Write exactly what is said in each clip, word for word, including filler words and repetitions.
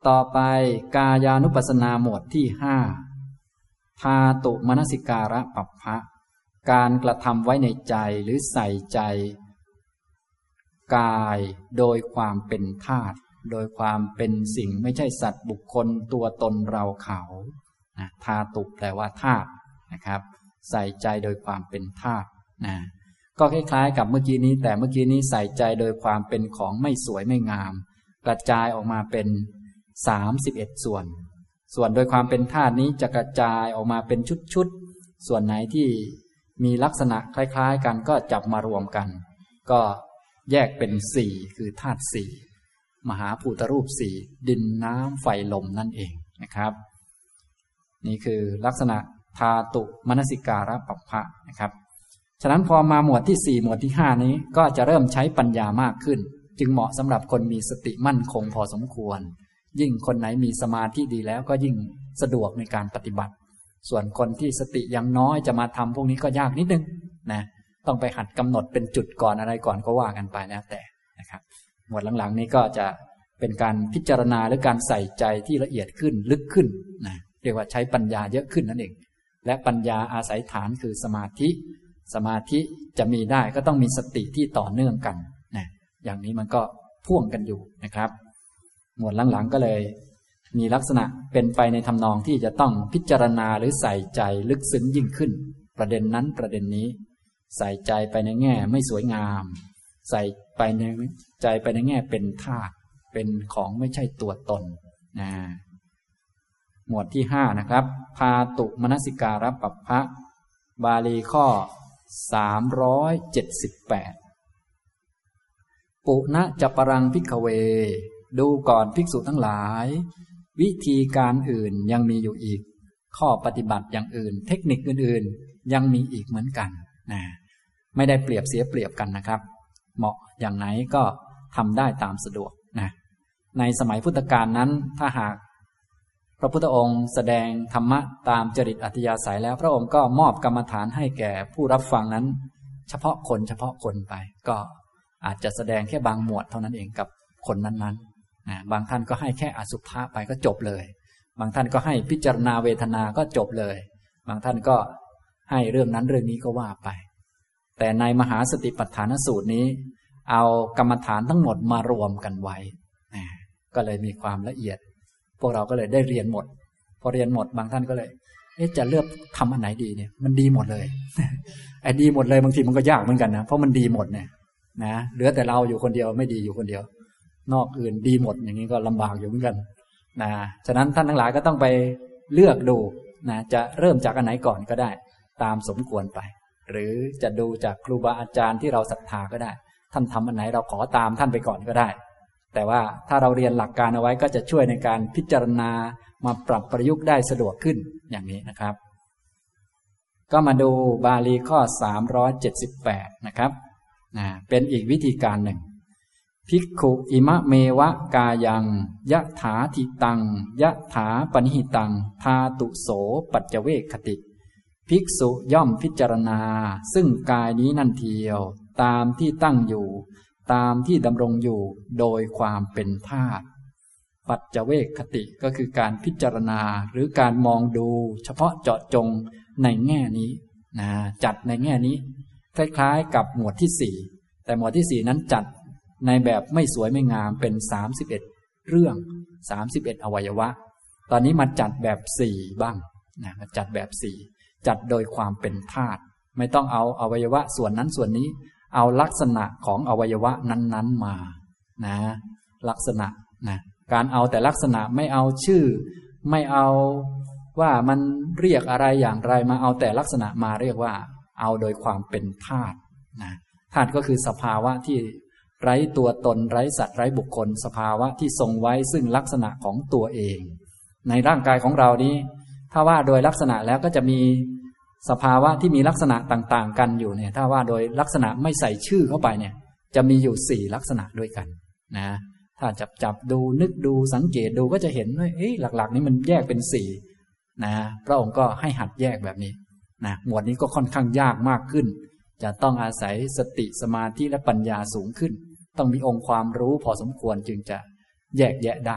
ต่อไปกายานุปัสสนาหมวดที่ห้าธาตุมนสิการะปัปพะการกระทำไว้ในใจหรือใส่ใจกายโดยความเป็นธาตุโดยความเป็นสิ่งไม่ใช่สัตว์บุคคลตัวตนเราเขานะธาตุแปลว่าธาตุนะครับใส่ใจโดยความเป็นธาตุนะก็คล้ายๆกับเมื่อกี้นี้แต่เมื่อกี้นี้ใส่ใจโดยความเป็นของไม่สวยไม่งามกระจายออกมาเป็นสามสิบเอ็ดส่วนส่วนโดยความเป็นธาตุนี้จะกระจายออกมาเป็นชุดๆส่วนไหนที่มีลักษณะคล้ายๆกันก็จับมารวมกันก็แยกเป็นสี่คือธาตุสี่มหาภูตรูปสี่ดินน้ำไฟลมนั่นเองนะครับนี่คือลักษณะธาตุมนสิการะปัปพะนะครับฉะนั้นพอมาหมวดที่สี่หมวดที่ห้านี้ก็จะเริ่มใช้ปัญญามากขึ้นจึงเหมาะสำหรับคนมีสติมั่นคงพอสมควรยิ่งคนไหนมีสมาธิดีแล้วก็ยิ่งสะดวกในการปฏิบัติส่วนคนที่สติยังน้อยจะมาทำพวกนี้ก็ยากนิดนึงนะต้องไปหัดกำหนดเป็นจุดก่อนอะไรก่อนก็ว่ากันไปแล้วแต่นะครับหมวดหลังๆนี้ก็จะเป็นการพิจารณาหรือการใส่ใจที่ละเอียดขึ้นลึกขึ้นนะเรียกว่าใช้ปัญญาเยอะขึ้นนั่นเองและปัญญาอาศัยฐานคือสมาธิสมาธิจะมีได้ก็ต้องมีสติที่ต่อเนื่องกันนะอย่างนี้มันก็พ่วงกันอยู่นะครับหมวดหลังๆก็เลยมีลักษณะเป็นไปในทำนองที่จะต้องพิจารณาหรือใส่ใจลึกซึ้งยิ่งขึ้นประเด็นนั้นประเด็นนี้ใส่ใจไปในแง่ไม่สวยงามใส่ไปในใจไปในแง่เป็นธาตุเป็นของไม่ใช่ตัวตนนะหมวดที่ห้านะครับธาตุมนสิการะปัปพะบาลีข้อสามร้อยเจ็ดสิบแปดปุณจะปรังภิกขเวดูก่อนภิกษุทั้งหลายวิธีการอื่นยังมีอยู่อีกข้อปฏิบัติอย่างอื่นเทคนิคอื่นๆยังมีอีกเหมือนกันนะไม่ได้เปรียบเสียเปรียบกันนะครับเหมาะอย่างไหนก็ทำได้ตามสะดวกนะในสมัยพุทธกาลนั้นถ้าหากพระพุทธองค์แสดงธรรมะตามจริตอัธยาศัยแล้วพระองค์ก็มอบกรรมฐานให้แก่ผู้รับฟังนั้นเฉพาะคนเฉพาะคนไปก็อาจจะแสดงแค่บางหมวดเท่านั้นเองกับคนนั้นๆนะบางท่านก็ให้แค่อสุภะไปก็จบเลยบางท่านก็ให้พิจารณาเวทนาก็จบเลยบางท่านก็ให้เรื่องนั้นเรื่องนี้ก็ว่าไปแต่ในมหาสติปัฏฐานสูตรนี้เอากรรมฐานทั้งหมดมารวมกันไว้นะก็เลยมีความละเอียดพวกเราก็เลยได้เรียนหมดพอเรียนหมดบางท่านก็เลยเอ๊ะจะเลือกทำอันไหนดีเนี่ยมันดีหมดเลยไอ้ดีหมดเลยบางทีมันก็ยากเหมือนกันนะเพราะมันดีหมดเนี่ยนะเหลือแต่เราอยู่คนเดียวไม่ดีอยู่คนเดียวนอกอื่นดีหมดอย่างนี้ก็ลำบากอยู่เหมือนกันนะฉะนั้นท่านทั้งหลายก็ต้องไปเลือกดูนะจะเริ่มจากอันไหนก่อนก็ได้ตามสมควรไปหรือจะดูจากครูบาอาจารย์ที่เราศรัทธาก็ได้ท่านทำอันไหนเราขอตามท่านไปก่อนก็ได้แต่ว่าถ้าเราเรียนหลักการเอาไว้ก็จะช่วยในการพิจารณามาปรับประยุกต์ได้สะดวกขึ้นอย่างนี้นะครับก็มาดูบาลีข้อสามร้อยเจ็ดสิบแปดนะครับนะเป็นอีกวิธีการหนึ่งภิกขุอิมะเมวะกายังยะถาทิตังยะถาปนิหิตังธาตุโสปัจจเวคคติภิกษุย่อมพิจารณาซึ่งกายนี้นั่นเทียวตามที่ตั้งอยู่ตามที่ดำรงอยู่โดยความเป็นธาตุปัจจเวคคติก็คือการพิจารณาหรือการมองดูเฉพาะเจาะจงในแง่นี้นะจัดในแง่นี้คล้ายๆกับหมวดที่สี่แต่หมวดที่สี่นั้นจัดในแบบไม่สวยไม่งามเป็นสามสิบเอ็ดเรื่องสามสิบเอ็ดอวัยวะตอนนี้มาจัดแบบสี่บ้างนะมาจัดแบบสี่จัดโดยความเป็นธาตุไม่ต้องเอาอวัยวะส่วนนั้นส่วนนี้เอาลักษณะของอวัยวะนั้นๆมานะลักษณะนะการเอาแต่ลักษณะไม่เอาชื่อไม่เอาว่ามันเรียกอะไรอย่างไรมาเอาแต่ลักษณะมาเรียกว่าเอาโดยความเป็นธาตุนะธาตุก็คือสภาวะที่ไร้ตัวตนไร้สัตว์ไร้บุคคลสภาวะที่ทรงไว้ซึ่งลักษณะของตัวเองในร่างกายของเรานี้ถ้าว่าโดยลักษณะแล้วก็จะมีสภาวะที่มีลักษณะต่างๆกันอยู่เนี่ยถ้าว่าโดยลักษณะไม่ใส่ชื่อเข้าไปเนี่ยจะมีอยู่สี่ลักษณะด้วยกันนะถ้าจับจับดูนึกดูสังเกตดูก็จะเห็นว่าเอ๊ะหลักๆนี้มันแยกเป็นสี่นะพระองค์ก็ให้หัดแยกแบบนี้นะหมวดนี้ก็ค่อนข้างยากมากขึ้นจะต้องอาศัยสติสมาธิและปัญญาสูงขึ้นต้องมีองค์ความรู้พอสมควรจึงจะแยกแยะได้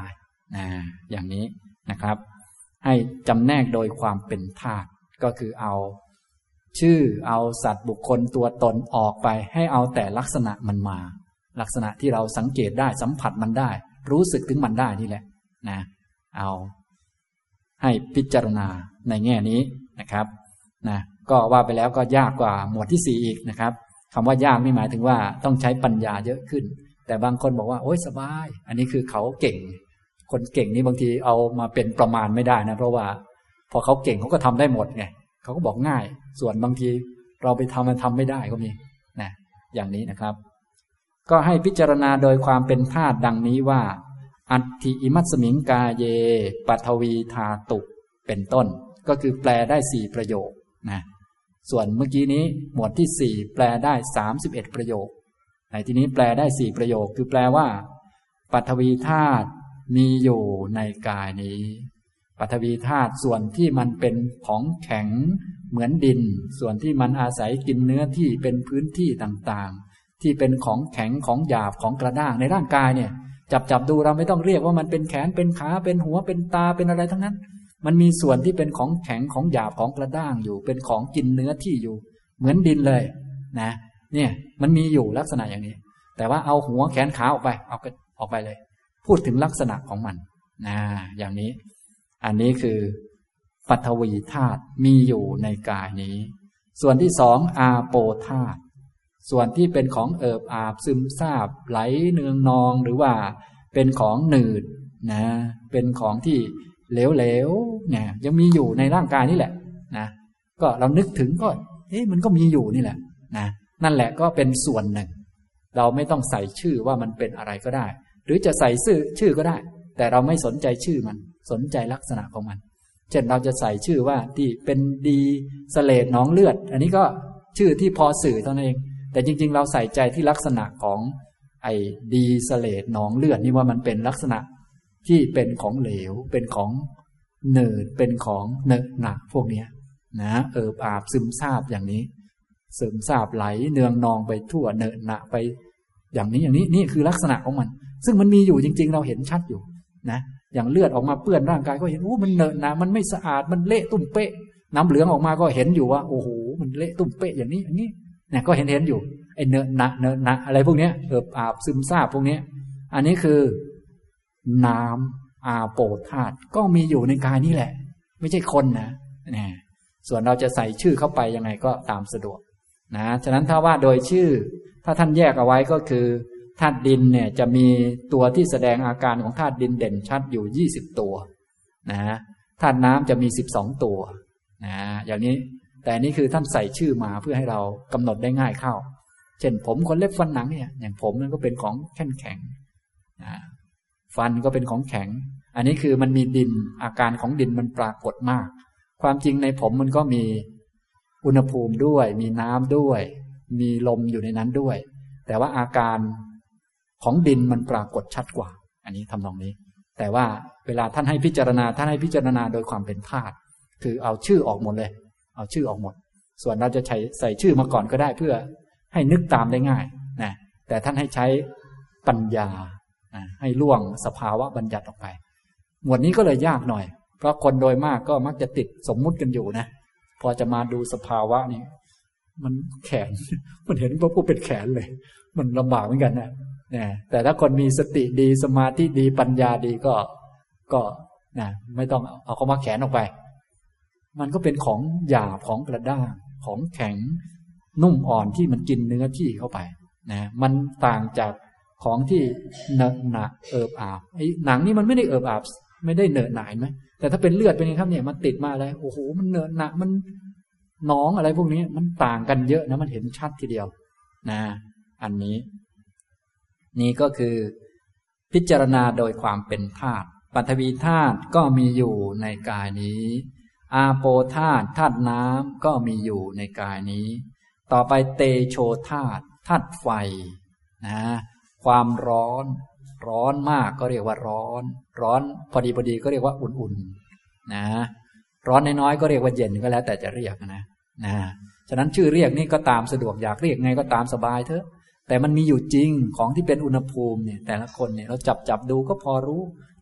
นะอย่างนี้นะครับให้จำแนกโดยความเป็นธาตุก็คือเอาชื่อเอาสัตว์บุคคลตัวตนออกไปให้เอาแต่ลักษณะมันมาลักษณะที่เราสังเกตได้สัมผัสมันได้รู้สึกถึงมันได้นี่แหละนะเอาให้พิจารณาในแง่นี้นะครับนะก็ว่าไปแล้วก็ยากกว่าหมวดที่สี่อีกนะครับคำว่ายากนี่หมายถึงว่าต้องใช้ปัญญาเยอะขึ้นแต่บางคนบอกว่าโอ๊ยสบายอันนี้คือเขาเก่งคนเก่งนี่บางทีเอามาเป็นประมาณไม่ได้นะเพราะว่าพอเขาเก่งเขาก็ทำได้หมดไงเขาก็บอกง่ายส่วนบางทีเราไปทำมันทำไม่ได้ก็มีนะอย่างนี้นะครับก็ให้พิจารณาโดยความเป็นธาตุดังนี้ว่าอัตถิอิมัสมิงกาเยปัทวีธาตุเป็นต้นก็คือแปลได้สี่ประโยคนะส่วนเมื่อกี้นี้หมวดที่สี่แปลได้สามสิบเอ็ดประโยคในที่นี้แปลได้สี่ประโยคคือแปลว่าปัทวีธาตุมีอยู่ในกายนี้ปฐวีธาตุส่วนที่มันเป็นของแข็งเหมือนดินส่วนที่มันอาศัยกินเนื้อที่เป็นพื้นที่ต่างๆที่เป็นของแข็งของหยาบของกระด้างในร่างกายเนี่ยจับจับดูเราไม่ต้องเรียกว่ามันเป็นแขนเป็นขาเป็นหัวเป็นตาเป็นอะไรทั้งนั้นมันมีส่วนที่เป็นของแข็งของหยาบของกระด้างอยู่เป็นของกินเนื้อที่อยู่เหมือนดินเลยนะเนี่ยมันมีอยู่ลักษณะอย่างนี้แต่ว่าเอาหัวแขนขาออกไปเอาออกไปเลยพูดถึงลักษณะของมันนะอย่างนี้อันนี้คือปฐวีธาตุมีอยู่ในกายนี้ส่วนที่สองอาโปธาตุส่วนที่เป็นของเอิบอาบซึมซาบไหลเนืองนองหรือว่าเป็นของหนืดนะเป็นของที่เหลวๆเนี่ยยังมีอยู่ในร่างกายนี่แหละนะก็เรานึกถึงก็เอ๊ะมันก็มีอยู่นี่แหละนะนั่นแหละก็เป็นส่วนหนึ่งเราไม่ต้องใส่ชื่อว่ามันเป็นอะไรก็ได้หรือจะใส่ชื่อชื่อก็ได้แต่เราไม่สนใจชื่อมันสนใจลักษณะของมันเช่นเราจะใส่ชื่อว่าที่เป็นดีสเลดหนองเลือดอันนี้ก็ชื่อที่พอสื่อเท่านั้นเองแต่จริงๆเราใส่ใจที่ลักษณะของไอ้ดีสเลดหนองเลือดนี่ว่ามันเป็นลักษณะที่เป็นของเหลวเป็นของเนิดเป็นของเนอะหนักพวกนี้นะเอิบอาบซึมซาบอย่างนี้ซึมซาบไหลเนืองนองไปทั่วเนอะหนักไปอย่างนี้อย่างนี้นี่คือลักษณะของมันซึ่งมันมีอยู่จริงๆเราเห็นชัดอยู่นะอย่างเลือดออกมาเปื้อนร่างกายก็เห็นโอ้มันเนอะหนะมันไม่สะอาดมันเละตุ่มเป๊ะน้ำเหลืองออกมาก็เห็นอยู่ว่าโอ้โหมันเละตุ่มเป๊ะอย่างนี้อย่างนี้เนี่ยก็เห็นเห็นอยู่ไอ้เนอะหนะเนอะหนะอะไรพวกนี้เอิบอาบซึมซาบพวกนี้อันนี้คือน้ำอาโปธาตุก็มีอยู่ในกายนี้แหละไม่ใช่คนนะเนี่ยส่วนเราจะใส่ชื่อเข้าไปยังไงก็ตามสะดวกนะฉะนั้นถ้าว่าโดยชื่อถ้าท่านแยกเอาไว้ก็คือธาตุดินเนี่ยจะมีตัวที่แสดงอาการของธาตุดินเด่นชัดอยู่ยี่สิบตัวนะธาตุน้ำจะมีสิบสองตัวนะอย่างนี้แต่นี่คือท่านใส่ชื่อมาเพื่อให้เรากำหนดได้ง่ายเข้าเช่นผมขนเล็บฟันหนังเนี่ยอย่างผมนั่นก็เป็นของแข็งแข็งนะฟันก็เป็นของแข็งอันนี้คือมันมีดินอาการของดินมันปรากฏมากความจริงในผมมันก็มีอุณหภูมิด้วยมีน้ำด้วยมีลมอยู่ในนั้นด้วยแต่ว่าอาการของดินมันปรากฏชัดกว่าอันนี้ทำตรงนี้แต่ว่าเวลาท่านให้พิจารณาท่านให้พิจารณาโดยความเป็นธาตุคือเอาชื่อออกหมดเลยเอาชื่อออกหมดส่วนเราจะใช้ใส่ชื่อมาก่อนก็ได้เพื่อให้นึกตามได้ง่ายนะแต่ท่านให้ใช้ปัญญาให้ล่วงสภาวะบัญญัติออกไปหมวดนี้ก็เลยยากหน่อยเพราะคนโดยมากก็มักจะติดสมมุติกันอยู่นะพอจะมาดูสภาวะนี่มันแขนมันเห็นพวกเป็นแขนเลยมันลำบากเหมือนกันนะเนี่ยแต่ถ้าคนมีสติดีสมาธิดีปัญญาดีก็ก็นะไม่ต้องเอาเข้ามาแขนออกไปมันก็เป็นของหยาบของกระด้างของแข็งนุ่มอ่อนที่มันกินเนื้อที่เข้าไปนะมันต่างจากของที่เนอะหนะเอิบอาบไอ้หนังนี่มันไม่ได้เอิบอาบไม่ได้เนอะหนะไหมแต่ถ้าเป็นเลือดเป็นไงครับเนี่ยมันติดมาอะไรโอ้โหมันเนอะหนะมันหนองอะไรพวกนี้มันต่างกันเยอะนะมันเห็นชัดทีเดียวนะอันนี้นี่ก็คือพิจารณาโดยความเป็นธาตุปฐวีธาตุก็มีอยู่ในกายนี้อาโปธาตุธาตุน้ำก็มีอยู่ในกายนี้ต่อไปเตโชธาตุธาตุไฟนะความร้อนร้อนมากก็เรียกว่าร้อนร้อนพอดีพอดีก็เรียกว่าอุ่นๆนะร้อนน้อยๆก็เรียกว่าเย็นก็แล้วแต่จะเรียกนะนะฉะนั้นชื่อเรียกนี่ก็ตามสะดวกอยากเรียกไงก็ตามสบายเถอะแต่มันมีอยู่จริงของที่เป็นอุณหภูมิเนี่ยแต่ละคนเนี่ยเราจับจับดูก็พอรู้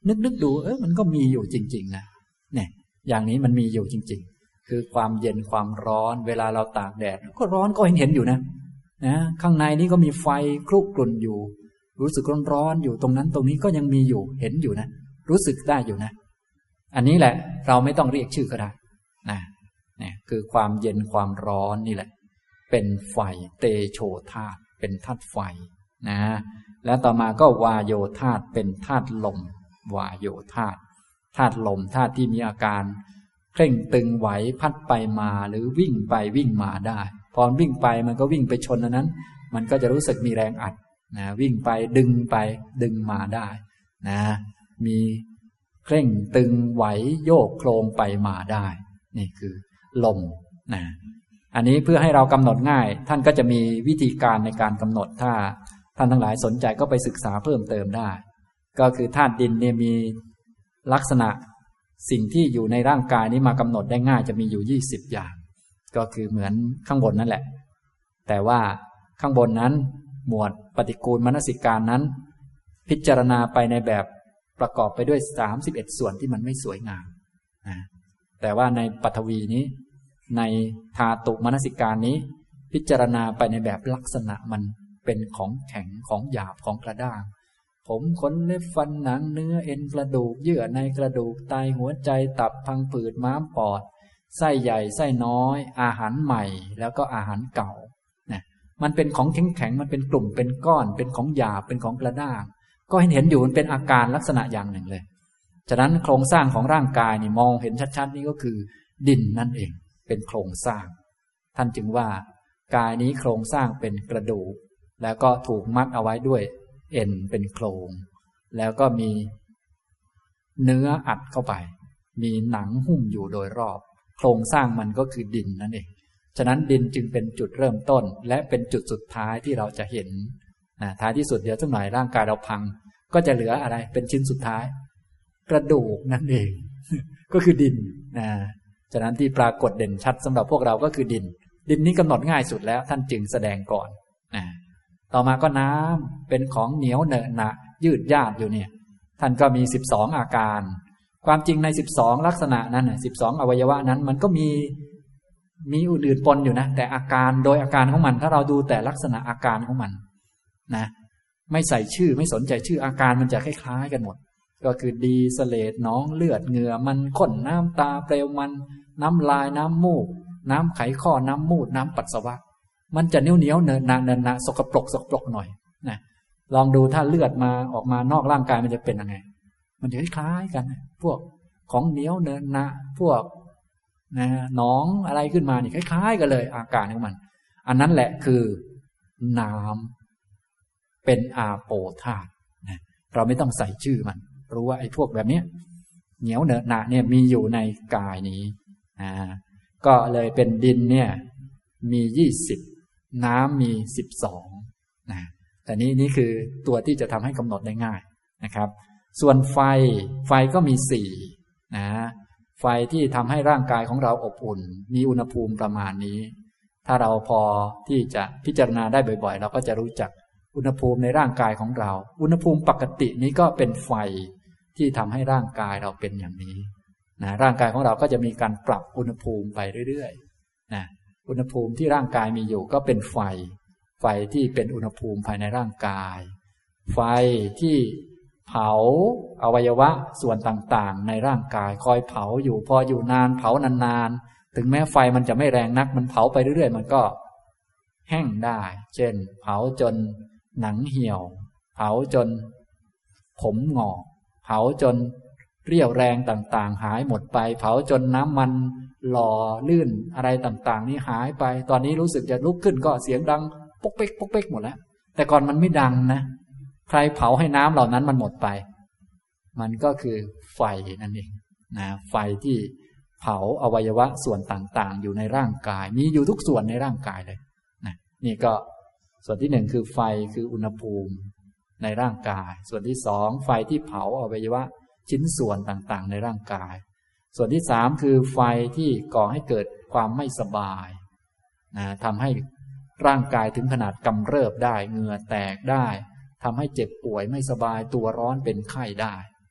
นึกนึกดูเออมันก็มีอยู่จริงๆนะเนี่ยอย่างนี้มันมีอยู่จริงๆคือความเย็นความร้อนเวลาเราตากแดดก็ร้อนก็เห็นเห็นอยู่นะนะข้างในนี้ก็มีไฟคลุกกลุ่นอยู่รู้สึกร้อนๆอยู่ตรงนั้นตรงนี้ก็ยังมีอยู่เห็นอยู่นะรู้สึกได้อยู่นะอันนี้แหละเราไม่ต้องเรียกชื่อก็ได้นะเนี่ยคือความเย็นความร้อนนี่แหละเป็นไฟเตโชธาตุเป็นธาตุไฟนะแล้วต่อมาก็วาโยธาตุเป็นธาตุลมวาโยธาตุธาตุลมธาตุที่มีอาการเคร่งตึงไหวพัดไปมาหรือวิ่งไปวิ่งมาได้พอวิ่งไปมันก็วิ่งไปชนอันนั้นมันก็จะรู้สึกมีแรงอัดนะวิ่งไปดึงไปดึงมาได้นะมีเคร่งตึงไหวโยกโคลงไปมาได้นี่คือลมนะอันนี้เพื่อให้เรากำหนดง่ายท่านก็จะมีวิธีการในการกำหนดถ้าท่านทั้งหลายสนใจก็ไปศึกษาเพิ่มเติมได้ก็คือธาตุดินเนี่ยมีลักษณะสิ่งที่อยู่ในร่างกายนี้มากำหนดได้ง่ายจะมีอยู่ยี่สิบอย่างก็คือเหมือนข้างบนนั่นแหละแต่ว่าข้างบนนั้นหมวดปฏิกูลมนสิการนั้นพิจารณาไปในแบบประกอบไปด้วยสามสิบเอ็ดส่วนที่มันไม่สวยงามนะแต่ว่าในปฐวีนี้ในธาตุมนสิการนี้พิจารณาไปในแบบลักษณะมันเป็นของแข็งของหยาบของกระด้างผมขนเล็บฟันหนังเนื้อเอ็นกระดูกเยื่อในกระดูกไตหัวใจตับพังผืดม้ามปอดไส้ใหญ่ไส้น้อยอาหารใหม่แล้วก็อาหารเก่านะมันเป็นของแข็งแข็งมันเป็นกลุ่มเป็นก้อนเป็นของหยาบเป็นของกระด้างก็เห็นเห็นอยู่มันเป็นอาการลักษณะอย่างหนึ่งเลยฉะนั้นโครงสร้างของร่างกายนี่มองเห็นชัดๆนี่ก็คือดินนั่นเองเป็นโครงสร้างท่านจึงว่ากายนี้โครงสร้างเป็นกระดูกแล้วก็ถูกมัดเอาไว้ด้วยเอ็นเป็นโครงแล้วก็มีเนื้ออัดเข้าไปมีหนังหุ้มอยู่โดยรอบโครงสร้างมันก็คือดินนั่นเองฉะนั้นดินจึงเป็นจุดเริ่มต้นและเป็นจุดสุดท้ายที่เราจะเห็นนะท้ายที่สุดเดี๋ยวสักหน่อยร่างกายเราพังก็จะเหลืออะไรเป็นชิ้นสุดท้ายกระดูกนั่นเอง ก็คือดินนะฉะนั้นที่ปรากฏเด่นชัดสำหรับพวกเราก็คือดินดินนี้กำหนดง่ายสุดแล้วท่านจึงแสดงก่อนนะต่อมาก็น้ำเป็นของเหนียวเหนอะหนะยืดยาดอยู่เนี่ยท่านก็มีสิบสองอาการความจริงในสิบสองลักษณะนั้นน่ะสิบสองอวัยวะนั้นมันก็มีมีอื่นๆปนอยู่นะแต่อาการโดยอาการของมันถ้าเราดูแต่ลักษณะอาการของมันนะไม่ใส่ชื่อไม่สนใจชื่ออาการมันจะคล้ายๆกันหมดก็คือดีสเลดน้องเลือดเหงื่อมันข้นน้ำตาเปลวมันน้ำลายน้ำมูกน้ำไขข้อน้ำมูดน้ำปัสสาวะมันจะเหนียวเหนียวเนินหนะเนินหนะสกปรกสกปรกหน่อยนะลองดูถ้าเลือดมาออกมานอกร่างกายมันจะเป็นยังไงมันจะคล้ายๆกันพวกของเหนียวเนินหนะพวกนะหนองอะไรขึ้นมานี่คล้ายๆกันเลยอาการของมันอันนั้นแหละคือน้ำเป็นอาโปธาตุนะเราไม่ต้องใส่ชื่อมันรู้ว่าไอ้พวกแบบนี้เหนียวเนอะหนะเนี่ยมีอยู่ในกายนี้อ่าก็เลยเป็นดินเนี่ยมียี่สิบน้ำมีสิบสองนะแต่นี้นี่คือตัวที่จะทำให้กำหนดได้ง่ายนะครับส่วนไฟไฟก็มีสี่นะไฟที่ทำให้ร่างกายของเราอบอุ่นมีอุณหภูมิประมาณนี้ถ้าเราพอที่จะพิจารณาได้บ่อยๆเราก็จะรู้จักอุณหภูมิในร่างกายของเราอุณหภูมิปกตินี้ก็เป็นไฟที่ทำให้ร่างกายเราเป็นอย่างนี้นะร่างกายของเราก็จะมีการปรับอุณหภูมิไปเรื่อยๆนะอุณหภูมิที่ร่างกายมีอยู่ก็เป็นไฟไฟที่เป็นอุณหภูมิภายในร่างกายไฟที่เผาอวัยวะส่วนต่างๆในร่างกายคอยเผาอยู่พออยู่นานเผานานๆถึงแม้ไฟมันจะไม่แรงนักมันเผาไปเรื่อยๆมันก็แห้งได้เช่นเผาจนหนังเหี่ยวเผาจนผมหงอกเผาจนเรี่ยวแรงต่างๆหายหมดไปเผาจนน้ำมันหล่อลื่นอะไรต่างๆนี่หายไปตอนนี้รู้สึกจะลุกขึ้นก็เสียงดังปุ๊กเป๊กปุ๊กเป๊กหมดแล้วแต่ก่อนมันไม่ดังนะใครเผาให้น้ำเหล่านั้นมันหมดไปมันก็คือไฟนั่นเองนะไฟที่เผาอวัยวะส่วนต่างๆอยู่ในร่างกายมีอยู่ทุกส่วนในร่างกายเลยนะนี่ก็ส่วนที่หนึ่งคือไฟคืออุณหภูมิในร่างกายส่วนที่สองไฟที่เผาอวัยวะชิ้นส่วนต่างๆในร่างกายส่วนที่สามคือไฟที่ก่อให้เกิดความไม่สบายนะทำให้ร่างกายถึงขนาดกำเริบได้เหงื่อแตกได้ทำให้เจ็บป่วยไม่สบายตัวร้อนเป็นไข้ได้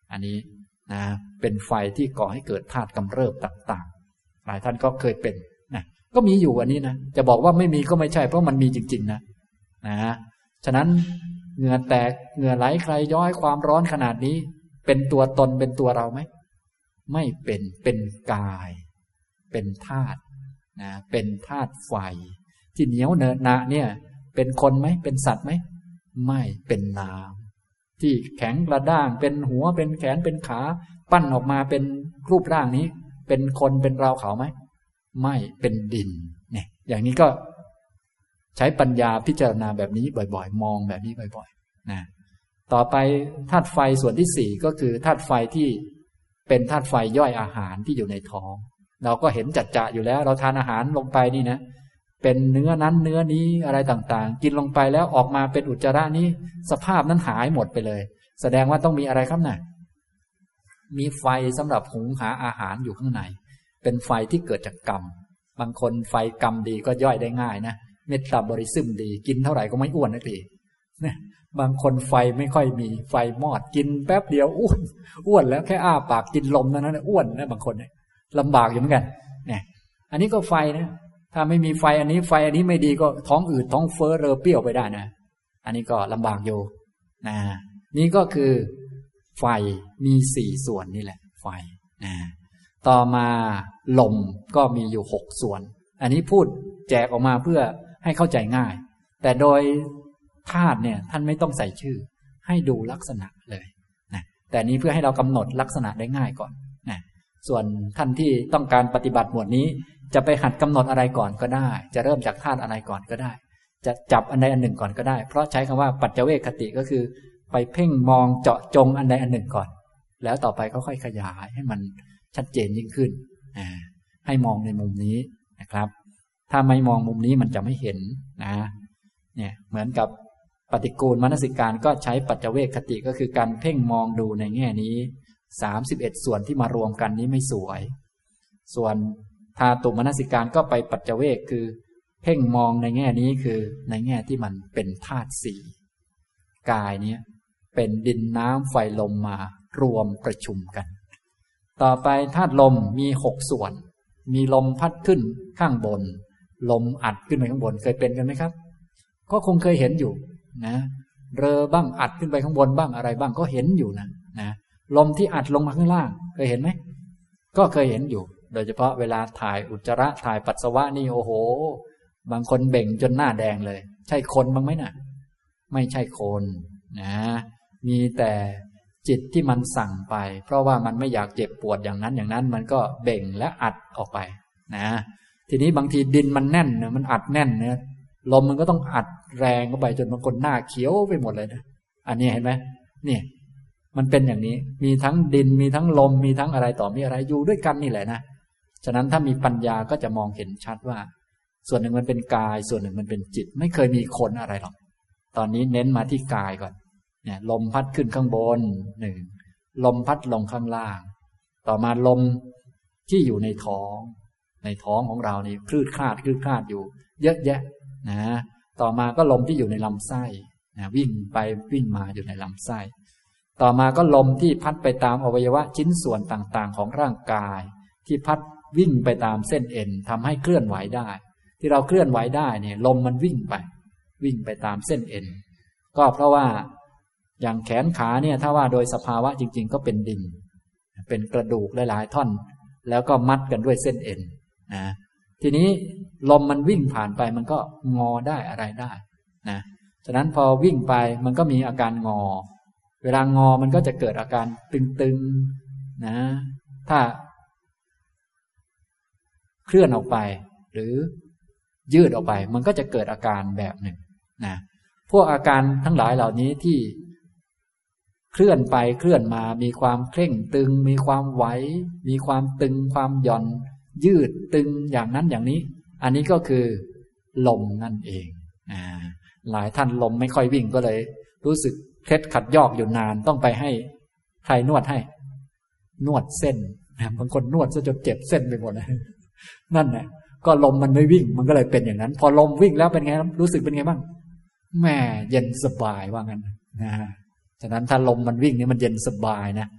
อันนี้นะเป็นไฟที่ก่อให้เกิดธาตุกำเริบต่างๆหลายท่านก็เคยเป็นนะก็มีอยู่อันนี้นะจะบอกว่าไม่มีก็ไม่ใช่เพราะมันมีจริงๆนะนะฉะนั้นเหงื่อแตกเหงื่อไหลใครย้อยความร้อนขนาดนี้เป็นตัวตนเป็นตัวเราไหมไม่เป็นเป็นกายเป็นธาตุนะเป็นธาตุไฟที่เหนียวเนอะหนะเนี่ยเป็นคนไหมเป็นสัตว์ไหมไม่เป็นน้ำที่แข็งกระด้างเป็นหัวเป็นแขนเป็นขาปั้นออกมาเป็นรูปร่างนี้เป็นคนเป็นเราเขาไหมไม่เป็นดินเนี่ยอย่างนี้ก็ใช้ปัญญาพิจารณาแบบนี้บ่อยๆมองแบบนี้บ่อยๆนะต่อไปธาตุไฟส่วนที่สี่ก็คือธาตุไฟที่เป็นธาตุไฟย่อยอาหารที่อยู่ในท้องเราก็เห็นจัดจะอยู่แล้วเราทานอาหารลงไปนี่นะเป็นเนื้อนั้นเนื้อนี้อะไรต่างๆกินลงไปแล้วออกมาเป็นอุจจาระนี้สภาพนั้นหายหมดไปเลยแสดงว่าต้องมีอะไรครับน่ะมีไฟสำหรับหุงหาอาหารอยู่ข้างในเป็นไฟที่เกิดจากกรรมบางคนไฟกรรมดีก็ย่อยได้ง่ายนะเมตตาบริสุทธิ์ดีกินเท่าไหร่ก็ไม่อ้วนนะทีนะบางคนไฟไม่ค่อยมีไฟมอดกินแป๊บเดียวอ้วนอ้วนแล้วแค่อ้าปากกินลมนั้นอ้วนนะบางคนเนี่ยลำบากอยู่เหมือนกันเนี่ยอันนี้ก็ไฟนะถ้าไม่มีไฟอันนี้ไฟอันนี้ไม่ดีก็ท้องอืดท้องเฟ้อเรอเปรี้ยวไปได้นะอันนี้ก็ลำบากอยู่นะนี่ก็คือไฟมีสี่ส่วนนี่แหละไฟนะต่อมาลมก็มีอยู่หกส่วนอันนี้พูดแจกออกมาเพื่อให้เข้าใจง่ายแต่โดยธาตุเนี่ยท่านไม่ต้องใส่ชื่อให้ดูลักษณะเลยนะแต่นี้เพื่อให้เรากำหนดลักษณะได้ง่ายก่อนนะส่วนท่านที่ต้องการปฏิบัติหมวดนี้จะไปหัดกำหนดอะไรก่อนก็ได้จะเริ่มจากธาตุอะไรก่อนก็ได้จะจับอันใดอันหนึ่งก่อนก็ได้เพราะใช้คำว่าปัจจเวคคติก็คือไปเพ่งมองเจาะจงอันใดอันหนึ่งก่อนแล้วต่อไปก็ค่อยขยายให้มันชัดเจนยิ่งขึ้นให้มองในมุมนี้นะครับถ้าไม่มองมุมนี้มันจะไม่เห็นนะเนี่ยเหมือนกับปฏิกูลมนสิการก็ใช้ปัจจเวคคติก็คือการเพ่งมองดูในแง่นี้สามสิบเอ็ดส่วนที่มารวมกันนี้ไม่สวยส่วนธาตุมนสิการก็ไปปัจจเวคคือเพ่งมองในแง่นี้คือในแง่ที่มันเป็นธาตุสี่กายเนี้ยเป็นดินน้ำไฟลมมารวมประชุมกันต่อไปธาตุลมมีหกส่วนมีลมพัดขึ้นข้างบนลมอัดขึ้นไปข้างบนเคยเป็นกันไหมครับก็คงเคยเห็นอยู่นะเรอบ้างอัดขึ้นไปข้างบนบ้างอะไรบ้างก็เห็นอยู่นะนะลมที่อัดลงมาข้างล่างเคยเห็นไหมก็เคยเห็นอยู่โดยเฉพาะเวลาถ่ายอุจจาระถ่ายปัสสาวะนี่โอ้โหบางคนเบ่งจนหน้าแดงเลยใช่คนบ้างไหมน่ะไม่ใช่คนนะมีแต่จิตที่มันสั่งไปเพราะว่ามันไม่อยากเจ็บปวดอย่างนั้นอย่างนั้นมันก็เบ่งและอัดออกไปนะทีนี้บางทีดินมันแน่นเนี่ยมันอัดแน่นเนี่ยลมมันก็ต้องอัดแรงเข้าไปจนบางคนหน้าเขียวไปหมดเลยนะอันนี้เห็นไหมเนี่ยมันเป็นอย่างนี้มีทั้งดินมีทั้งลมมีทั้งอะไรต่อมีอะไรอยู่ด้วยกันนี่แหละนะฉะนั้นถ้ามีปัญญาก็จะมองเห็นชัดว่าส่วนหนึ่งมันเป็นกายส่วนหนึ่งมันเป็นจิตไม่เคยมีคนอะไรหรอกตอนนี้เน้นมาที่กายก่อนเนี่ยลมพัดขึ้นข้างบนหนึ่งลมพัดลงข้างล่างต่อมาลมที่อยู่ในท้องในท้องของเรานี่คลืดคลาดคลืดคลาดอยู่เยอะแยะนะต่อมาก็ลมที่อยู่ในลำไส้นะวิ่งไปวิ่งมาอยู่ในลำไส้ต่อมาก็ลมที่พัดไปตามอวัยวะชิ้นส่วนต่างๆของร่างกายที่พัดวิ่งไปตามเส้นเอ็นทำให้เคลื่อนไหวได้ที่เราเคลื่อนไหวได้เนี่ยลมมันวิ่งไปวิ่งไปตามเส้นเอ็นก็เพราะว่าอย่างแขนขาเนี่ยถ้าว่าโดยสภาวะจริงๆก็เป็นดินเป็นกระดูกหลายๆท่อนแล้วก็มัดกันด้วยเส้นเอ็นนะทีนี้ลมมันวิ่งผ่านไปมันก็งอได้อะไรได้นะฉะนั้นพอวิ่งไปมันก็มีอาการงอเวลางอมันก็จะเกิดอาการตึงๆนะถ้าเคลื่อนออกไปหรือยืดออกไปมันก็จะเกิดอาการแบบหนึ่งนะพวกอาการทั้งหลายเหล่านี้ที่เคลื่อนไปเคลื่อนมามีความเคร่งตึงมีความไหวมีความตึงความหย่อนยืดตึงอย่างนั้นอย่างนี้อันนี้ก็คือลมนั่นเองอ่าหลายท่านลมไม่ค่อยวิ่งก็เลยรู้สึกเคล็ดขัดยอกอยู่นานต้องไปให้ใครนวดให้นวดเส้นบางคนนวดซะจนเจ็บเส้นไปหมดเลยนั่นแหละก็ลมมันไม่วิ่งมันก็เลยเป็นอย่างนั้นพอลมวิ่งแล้วเป็นไงรู้สึกเป็นไงบ้างแม่เย็นสบายว่างั้นนะฉะนั้นถ้าลมมันวิ่งนี่มันเย็นสบายนะ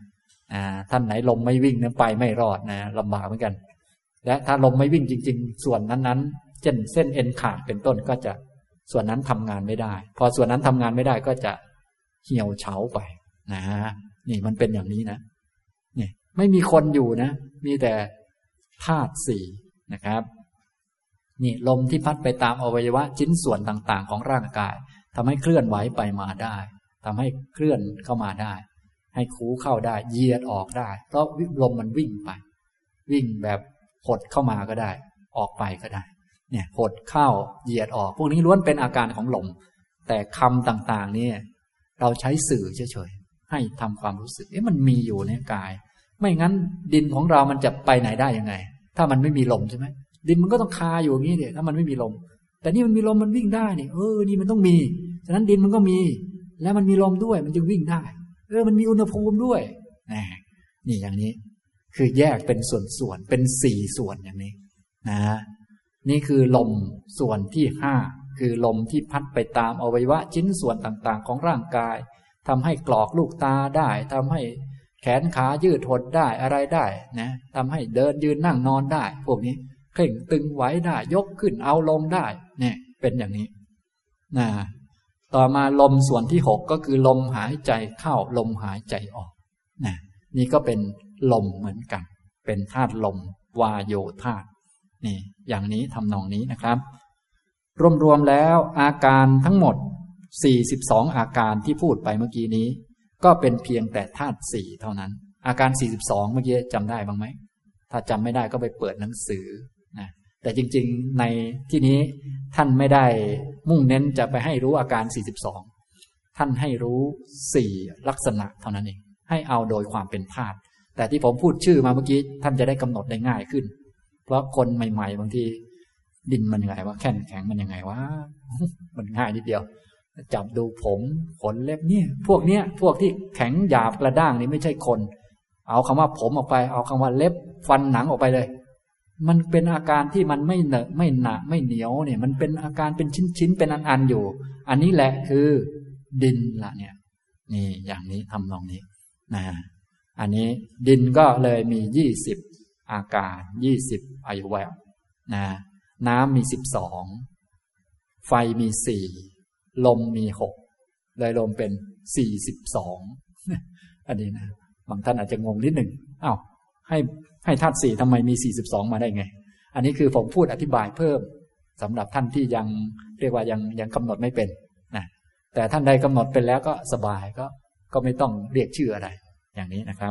อ่าท่านไหนลมไม่วิ่งเนี่ยไปไม่รอดนะลำบากเหมือนกันและถ้าลมไม่วิ่งจริงๆส่วนนั้นๆเช่นเส้นเอ็นขาดเป็นต้นก็จะส่วนนั้นทำงานไม่ได้พอส่วนนั้นทำงานไม่ได้ก็จะเหี่ยวเฉาไปนะนี่มันเป็นอย่างนี้นะนี่ไม่มีคนอยู่นะมีแต่ธาตุสี่นะครับนี่ลมที่พัดไปตามอวัยวะชิ้นส่วนต่างๆของร่างกายทำให้เคลื่อนไหวไปมาได้ทำให้เคลื่อนเข้ามาได้ให้คูเข้าได้เหยียดออกได้เพราะลมมันวิ่งไปวิ่งแบบหดเข้ามาก็ได้ออกไปก็ได้เนี่ยหดเข้าเหยียดออกพวกนี้ล้วนเป็นอาการของลมแต่คำต่างๆนี่เราใช้สื่อเฉยๆให้ทำความรู้สึกเอ๊ะมันมีอยู่ในกายไม่งั้นดินของเรามันจะไปไหนได้ยังไงถ้ามันไม่มีลมใช่ไหมดินมันก็ต้องคาอยู่อย่างนี้เดี๋ยถ้ามันไม่มีลมแต่นี่มันมีลมมันวิ่งได้นี่เออนี่มันต้องมีฉะนั้นดินมันก็มีแล้วมันมีลมด้วยมันจึงวิ่งได้เออมันมีอุณหภูมิด้วยนี่อย่างนี้คือแยกเป็นส่วนๆเป็นสี่ส่วนอย่างนี้นะนี่คือลมส่วนที่ห้าคือลมที่พัดไปตามอวัยวะชิ้นส่วนต่างๆของร่างกายทำให้กรอกลูกตาได้ทำให้แขนขายืดหดได้อะไรได้นะทำให้เดินยืนนั่งนอนได้พวกนี้เข่งตึงไหวได้ยกขึ้นเอาลงได้เนี่ยเป็นอย่างนี้นะต่อมาลมส่วนที่หกก็คือลมหายใจเข้าลมหายใจออกนะนี่ก็เป็นลมเหมือนกันเป็นธาตุลมวาโยธาตุนี่อย่างนี้ทำนองนี้นะครับรวมๆแล้วอาการทั้งหมดสี่สิบสองอาการที่พูดไปเมื่อกี้นี้ก็เป็นเพียงแต่ธาตุสี่เท่านั้นอาการสี่สิบสองเมื่อกี้จำได้บ้างไหมถ้าจำไม่ได้ก็ไปเปิดหนังสือนะแต่จริงๆในที่นี้ท่านไม่ได้มุ่งเน้นจะไปให้รู้อาการสี่สิบสองท่านให้รู้สี่ลักษณะเท่านั้นเองให้เอาโดยความเป็นธาตุแต่ที่ผมพูดชื่อมาเมื่อกี้ท่านจะได้กำหนดได้ง่ายขึ้นเพราะคนใหม่ๆบางทีดินมันยังไงวะแข็งแข็งมันยังไงวะมันง่ายนิดเดียวจับดูผมขนเล็บเนี่ยพวกเนี้ยพวกที่แข็งหยาบกระด้างนี่ไม่ใช่คนเอาคำว่าผมออกไปเอาคำว่าเล็บฟันหนังออกไปเลยมันเป็นอาการที่มันไม่เหนอะไม่หนาไม่เหนียวเนี่ยมันเป็นอาการเป็นชิ้นๆเป็นอันๆอยู่อันนี้แหละคือดินละเนี่ยนี่อย่างนี้ทำนองนี้นะอันนี้ดินก็เลยมียี่สิบอาการยี่สิบอวัยวะนะน้ำมีสิบสองไฟมีสี่ลมมีหกเลยรวมเป็นสี่สิบสองอันนี้นะบางท่านอาจจะงงนิดหนึ่งอ้าวให้ให้ธาตุสี่ทำไมมีสี่สิบสองมาได้ไงอันนี้คือผมพูดอธิบายเพิ่มสำหรับท่านที่ยังเรียกว่ายังยังกำหนดไม่เป็นนะแต่ท่านใดกำหนดเป็นแล้วก็สบายก็ก็ไม่ต้องเรียกชื่ออะไรอย่างนี้นะครับ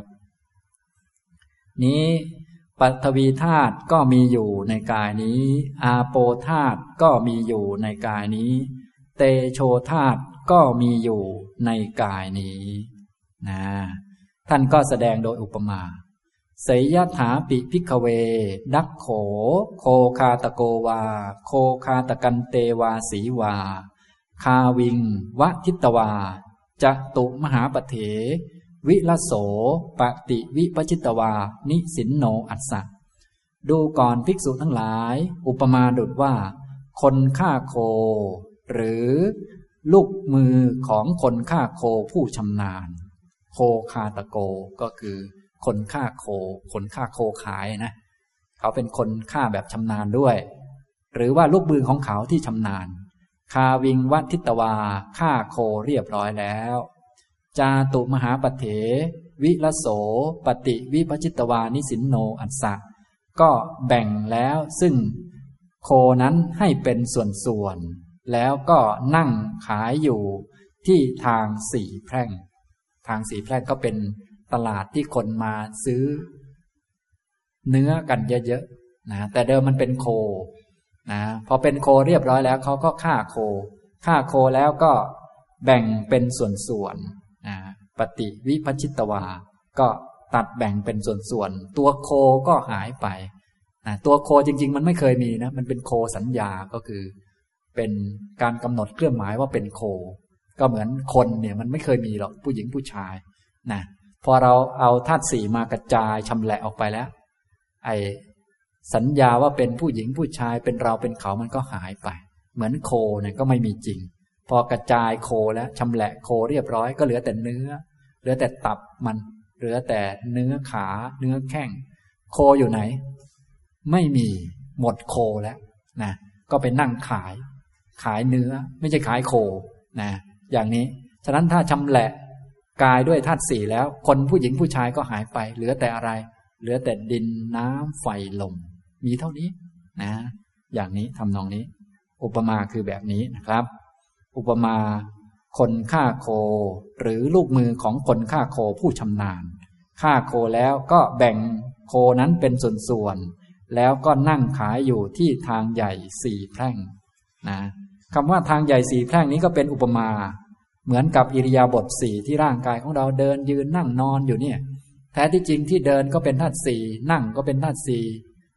นี้ปฐวีธาตุก็มีอยู่ในกายนี้อาโปธาตุก็มีอยู่ในกายนี้เตโชธาตุก็มีอยู่ในกายนี้นะท่านก็แสดงโดยอุปมาเสยยถาปิภิกขเวดักโขโคคาตโกวาโคคาตกันเตวาสีวาคาวิงวะทิตวาจตุมหาปเถวิลโสปฏิวิปจิตวานิสินโนอัสสะดูก่อนภิกษุทั้งหลายอุปมาดุจว่าคนฆ่าโคหรือลูกมือของคนฆ่าโคผู้ชำนาญโคคาตโกก็คือคนฆ่าโคคนฆ่าโคขายนะเขาเป็นคนฆ่าแบบชำนาญด้วยหรือว่าลูกมือของเขาที่ชำนาญคาวิงวัทิตวาฆ่าโคเรียบร้อยแล้วจาตุมหาปเถวิลโสปฏิวิปจิตวานิสินโนอัสสะก็แบ่งแล้วซึ่งโคนั้นให้เป็นส่วนๆแล้วก็นั่งขายอยู่ที่ทางสี่แพร่งทางสี่แพร่งก็เป็นตลาดที่คนมาซื้อเนื้อกันเยอะๆนะแต่เดิมมันเป็นโคนะพอเป็นโคเรียบร้อยแล้วเขาก็ฆ่าโคฆ่าโคแล้วก็แบ่งเป็นส่วนๆนะปฏิวิภชิตวาก็ตัดแบ่งเป็นส่วนๆตัวโคก็หายไปนะตัวโคจริงๆมันไม่เคยมีนะมันเป็นโคสัญญาก็คือเป็นการกำหนดเครื่องหมายว่าเป็นโคก็เหมือนคนเนี่ยมันไม่เคยมีหรอกผู้หญิงผู้ชายนะพอเราเอาธาตุสี่มากระจายชำแหละออกไปแล้วไอ้สัญญาว่าเป็นผู้หญิงผู้ชายเป็นเราเป็นเขามันก็หายไปเหมือนโคเนี่ยก็ไม่มีจริงพอกระจายโคแล้วชำแหละโคเรียบร้อยก็เหลือแต่เนื้อเหลือแต่ตับมันเหลือแต่เนื้อขาเนื้อแข้งโคอยู่ไหนไม่มีหมดโคแล้วนะก็ไปนั่งขายขายเนื้อไม่ใช่ขายโคนะอย่างนี้ฉะนั้นถ้าชำแหละกายด้วยธาตุสี่แล้วคนผู้หญิงผู้ชายก็หายไปเหลือแต่อะไรเหลือแต่ดินน้ำไฟลมมีเท่านี้นะอย่างนี้ทำนองนี้อุปมาคือแบบนี้นะครับอุปมาคนฆ่าโคหรือลูกมือของคนฆ่าโคผู้ชำนาญฆ่าโคแล้วก็แบ่งโคนั้นเป็นส่วนๆแล้วก็นั่งขายอยู่ที่ทางใหญ่สี่แพร่งนะคำว่าทางใหญ่สี่แพร่งนี้ก็เป็นอุปมาเหมือนกับอิริยาบถสี่ที่ร่างกายของเราเดินยืนนั่งนอนอยู่เนี่ยแท้ที่จริงที่เดินก็เป็นธาตุสี่นั่งก็เป็นธาตุสี่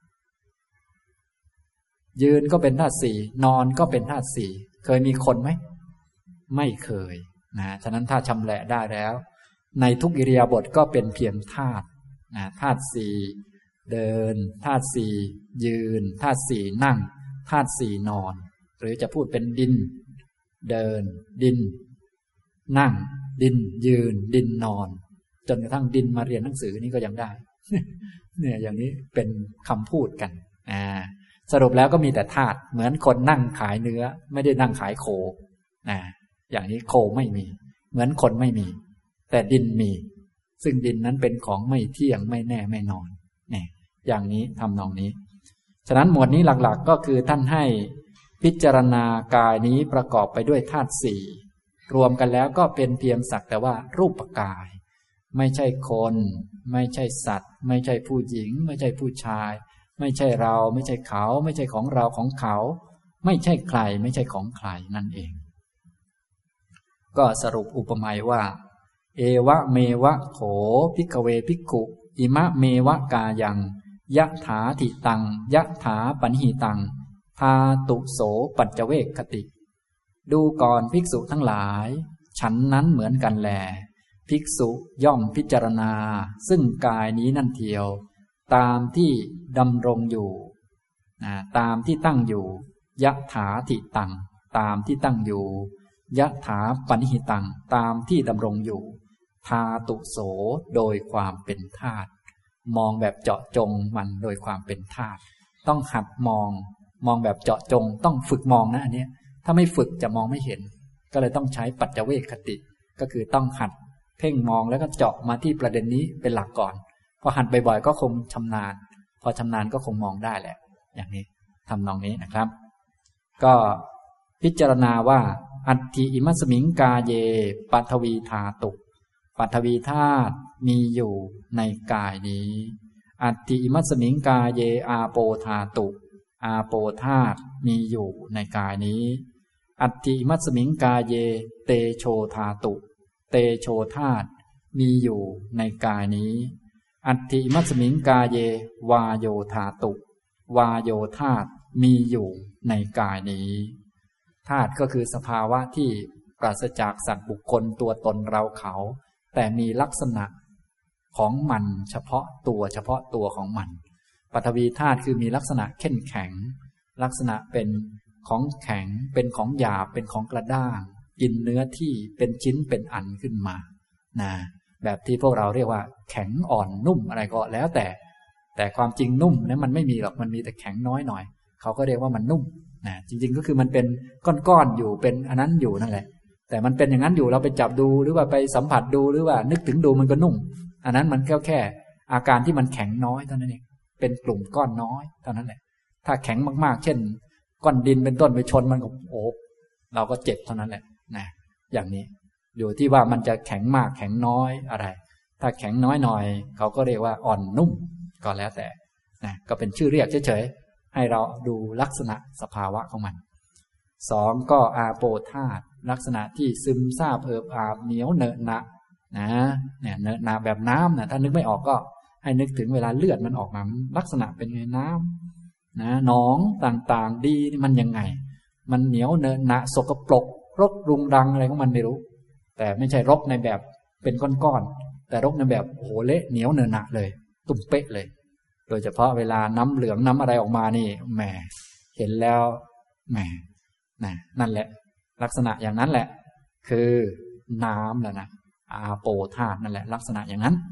ยืนก็เป็นธาตุสี่นอนก็เป็นธาตุสี่เคยมีคนไหมไม่เคยนะฉะนั้นถ้าชำแหละได้แล้วในทุกอิริยาบถก็เป็นเพียงธาตุนะธาตุสี่เดินธาตุสี่ยืนธาตุสี่นั่งธาตุสี่นอนหรือจะพูดเป็นดินเดินดินนั่งดินยืนดินนอนจนกระทั่งดินมาเรียนหนังสือนี่ก็ยังได้ เนี่ยอย่างนี้เป็นคำพูดกันอ่าสรุปแล้วก็มีแต่ธาตุเหมือนคนนั่งขายเนื้อไม่ได้นั่งขายโคนะอย่างนี้โคไม่มีเหมือนคนไม่มีแต่ดินมีซึ่งดินนั้นเป็นของไม่เที่ยงไม่แน่ไม่นอนเนี่ยอย่างนี้ทำนองนี้ฉะนั้นหมวดนี้หลักๆก็คือท่านให้พิจารณากายนี้ประกอบไปด้วยธาตุสี่รวมกันแล้วก็เป็นเพียงสักแต่ว่ารูปกายไม่ใช่คนไม่ใช่สัตว์ไม่ใช่ผู้หญิงไม่ใช่ผู้ชายไม่ใช่เราไม่ใช่เขาไม่ใช่ของเราของเขาไม่ใช่ใครไม่ใช่ของใครนั่นเองก็สรุปอุปมาว่าเอวะเมวะโขภิกขเวภิกขุอิมะเมวะกายังยะถาทิตังยะถาปนิหิตังธาตุโสปัจจเวกคติดูก่อนภิกษุทั้งหลายฉันนั้นเหมือนกันแลภิกษุย่อมพิจารณาซึ่งกายนี้นั่นเทียวตามที่ดำรงอยู่นะตามที่ตั้งอยู่ยะถาทิตังตามที่ตั้งอยู่ยะถาปนิหิตังตามที่ดำรงอยู่ธาตุโสโดยความเป็นธาตุมองแบบเจาะจงมันโดยความเป็นธาตุต้องหัดมองมองแบบเจาะจงต้องฝึกมองนะอันนี้ถ้าไม่ฝึกจะมองไม่เห็นก็เลยต้องใช้ปัจจเวกคติก็คือต้องหัดเพ่งมองแล้วก็เจาะมาที่ประเด็นนี้เป็นหลักก่อนพอหัดบ่อยๆก็คงชำนาญพอชำนาญก็คงมองได้แหละอย่างนี้ทำนองนี้นะครับก็พิจารณาว่าอัตถิอิมัสมิงกาเยปัทวีธาตุปัทวีธาตุมีอยู่ในกายนี้อัตถิอิมัสมิงกาเยอาโปธาตุอาโปธาตุมีอยู่ในกายนี้อัตถิอิมัสมิงกาเยเตโชธาตุเตโชธาตุมีอยู่ในกายนี้อัตถิอิมัสมิงกาเยวาโยธาตุวาโยธาตุมีอยู่ในกายนี้ธาตุก็คือสภาวะที่ปราศจากสัตว์บุคคลตัวตนเราเขาแต่มีลักษณะของมันเฉพาะตัวเฉพาะตัวของมันปฐวีธาตุคือมีลักษณะเข้มแข็งลักษณะเป็นของแข็งเป็นของหยาบเป็นของกระด้างกินเนื้อที่เป็นชิ้นเป็นอันขึ้นมานะแบบที่พวกเราเรียกว่าแข็งอ่อนนุ่มอะไรก็แล้วแต่แต่ความจริงนุ่มนั้นมันไม่มีหรอกมันมีแต่แข็งน้อยหน่อยเขาก็เรียกว่ามันนุ่มนะจริงๆก็คือมันเป็นก้อนๆอยู่เป็นอันนั้นอยู่นั่นแหละแต่มันเป็นอย่างนั้นอยู่เราไปจับดูหรือว่าไปสัมผัสดูหรือว่านึกถึงดูมันก็นุ่มอันนั้นมันแค่แค่อาการที่มันแข็งน้อยเท่านั้นเองเป็นกลุ่มก้อนน้อยเท่านั้นแหละถ้าแข็งมากๆเช่นก้อนดินเป็นต้นไปชนมันก็โอบเราก็เจ็บเท่านั้นแหละนะอย่างนี้อยู่ที่ว่ามันจะแข็งมากแข็งน้อยอะไรถ้าแข็งน้อยหน่อยเขาก็เรียกว่าอ่อนนุ่มก็แล้วแต่นะก็เป็นชื่อเรียกเฉยๆให้เราดูลักษณะสภาวะของมันสองก็อาโปธาตุลักษณะที่ซึมซาบเอิบอาบเหนียวเหนอะหนะนะเนี่ยเหนอะหนะแบบน้ำนะถ้านึกไม่ออกก็ให้นึกถึงเวลาเลือดมันออกมาลักษณะเป็นไงน้ำนะหนองต่างๆดีมันยังไงมันเหนียวเหนอะหนะสกปรกรกรุงรังอะไรของมันไม่รู้แต่ไม่ใช่รกในแบบเป็นก้อนๆแต่รกในแบบโหเละเหนียวเหนอะหนะเลยตุ่มเป๊ะเลยโดยเฉพาะเวลาน้ำเหลืองน้ำอะไรออกมานี่แหมเห็นแล้วแหมนะนั่นแหละลักษณะอย่างนั้นแหละคือน้ำแหละนะอาโปธาตุนั่นแหละลักษณะอย่างนั้น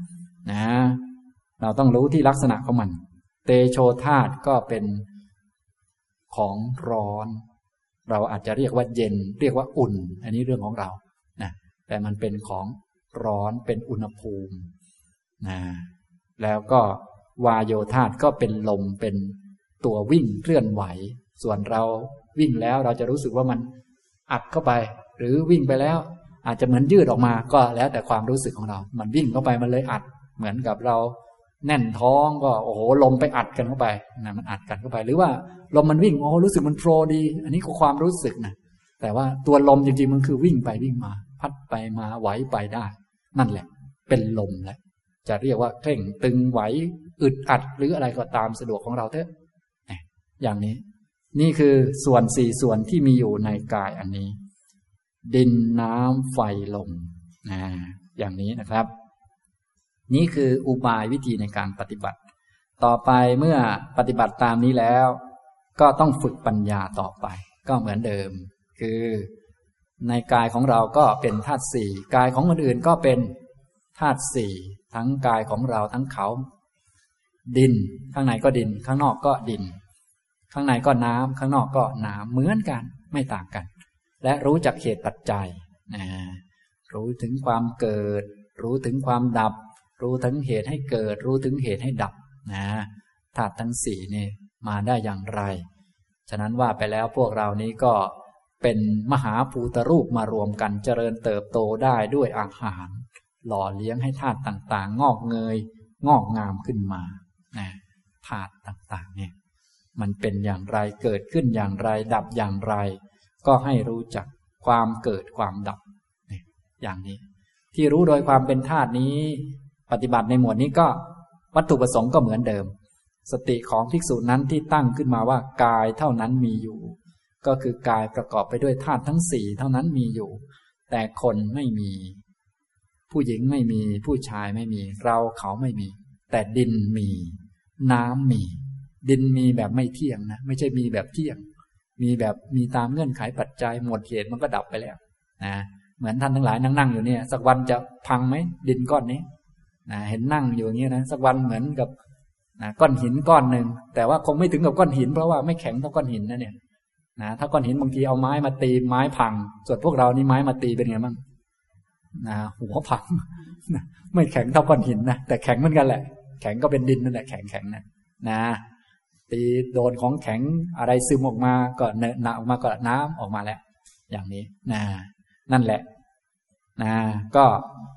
นะเราต้องรู้ที่ลักษณะของมันเตโชธาตุก็เป็นของร้อนเราอาจจะเรียกว่าเย็นเรียกว่าอุ่นอันนี้เรื่องของเรานะแต่มันเป็นของร้อนเป็นอุณหภูมินะแล้วก็วายโยธาตุก็เป็นลมเป็นตัววิ่งเคลื่อนไหวส่วนเราวิ่งแล้วเราจะรู้สึกว่ามันอัดเข้าไปหรือวิ่งไปแล้วอาจจะเหมือนยืดออกมาก็แล้วแต่ความรู้สึกของเรามันวิ่งเข้าไปมันเลยอัดเหมือนกับเราแน่นท้องก็โอ้โหลมไปอัดกันเข้าไปนะมันอัดกันเข้าไปหรือว่าลมมันวิ่งโอ้รู้สึกมันโฟลว์ดีอันนี้ก็ความรู้สึกนะแต่ว่าตัวลมจริงๆมันคือวิ่งไปวิ่งมาพัดไปมาไหวไปได้นั่นแหละเป็นลมแหละจะเรียกว่าเคร่งตึงไหวอึดอัดหรืออะไรก็ตามสะดวกของเราเถอะอย่างนี้นี่คือส่วนสี่ส่วนที่มีอยู่ในกายอันนี้ดินน้ำไฟลมนะอย่างนี้นะครับนี่คืออุบายวิธีในการปฏิบัติต่อไปเมื่อปฏิบัติตามนี้แล้วก็ต้องฝึกปัญญาต่อไปก็เหมือนเดิมคือในกายของเราก็เป็นธาตุสี่กายของคนอื่นก็เป็นธาตุสี่ทั้งกายของเราทั้งเขาดินข้างในก็ดินข้างนอกก็ดินข้างในก็น้ำข้างนอกก็น้ำเหมือนกันไม่ต่างกันและรู้จักเหตุปัจจัยนะรู้ถึงความเกิดรู้ถึงความดับรู้ถึงเหตุให้เกิดรู้ถึงเหตุให้ดับนะธาตุทั้งสี่นี่มาได้อย่างไรฉะนั้นว่าไปแล้วพวกเรานี้ก็เป็นมหาภูตรูปมารวมกันเจริญเติบโตได้ด้วยอาหารหล่อเลี้ยงให้ธาตุต่างๆงอกเงยงอกงามขึ้นมานะธาตุต่างๆเนี่ยมันเป็นอย่างไรเกิดขึ้นอย่างไรดับอย่างไรก็ให้รู้จักความเกิดความดับเนี่ยอย่างนี้ที่รู้โดยความเป็นธาตุนี้ปฏิบัติในหมวดนี้ก็วัตถุประสงค์ก็เหมือนเดิมสติของภิกษุนั้นที่ตั้งขึ้นมาว่ากายเท่านั้นมีอยู่ก็คือกายประกอบไปด้วยธาตุทั้งสี่เท่านั้นมีอยู่แต่คนไม่มีผู้หญิงไม่มีผู้ชายไม่มีเราเขาไม่มีแต่ดินมีน้ำมีดินมีแบบไม่เที่ยงนะไม่ใช่มีแบบเที่ยงมีแบบมีตามเงื่อนไขปัจจัยหมดเหตุมันก็ดับไปแล้วนะเหมือนท่านทั้งหลายนั่งๆอยู่เนี่ยสักวันจะพังไหมดินก้อนนี้นะเห็นนั่งอยู่อย่างนี้นะสักวันเหมือนกับนะก้อนหินก้อนหนึ่งแต่ว่าคงไม่ถึงกับก้อนหินเพราะว่าไม่แข็งเท่าก้อนหินนะเนี่ยนะถ้าก้อนหินบางทีเอาไม้มาตีไม้พังส่วนพวกเรานี่ไม้มาตีเป็นไงบ้างนะหัวพังนะไม่แข็งเท่าก้อนหินนะแต่แข็งเหมือนกันแหละแข็งก็เป็นดินนั่นแหละแข็งแข็งนะนะตีโดนของแข็งอะไรซึมออกมาก็เนอะหนาออกมาก็น้ำออกมาแล้วอย่างนี้นะนั่นแหละนะก็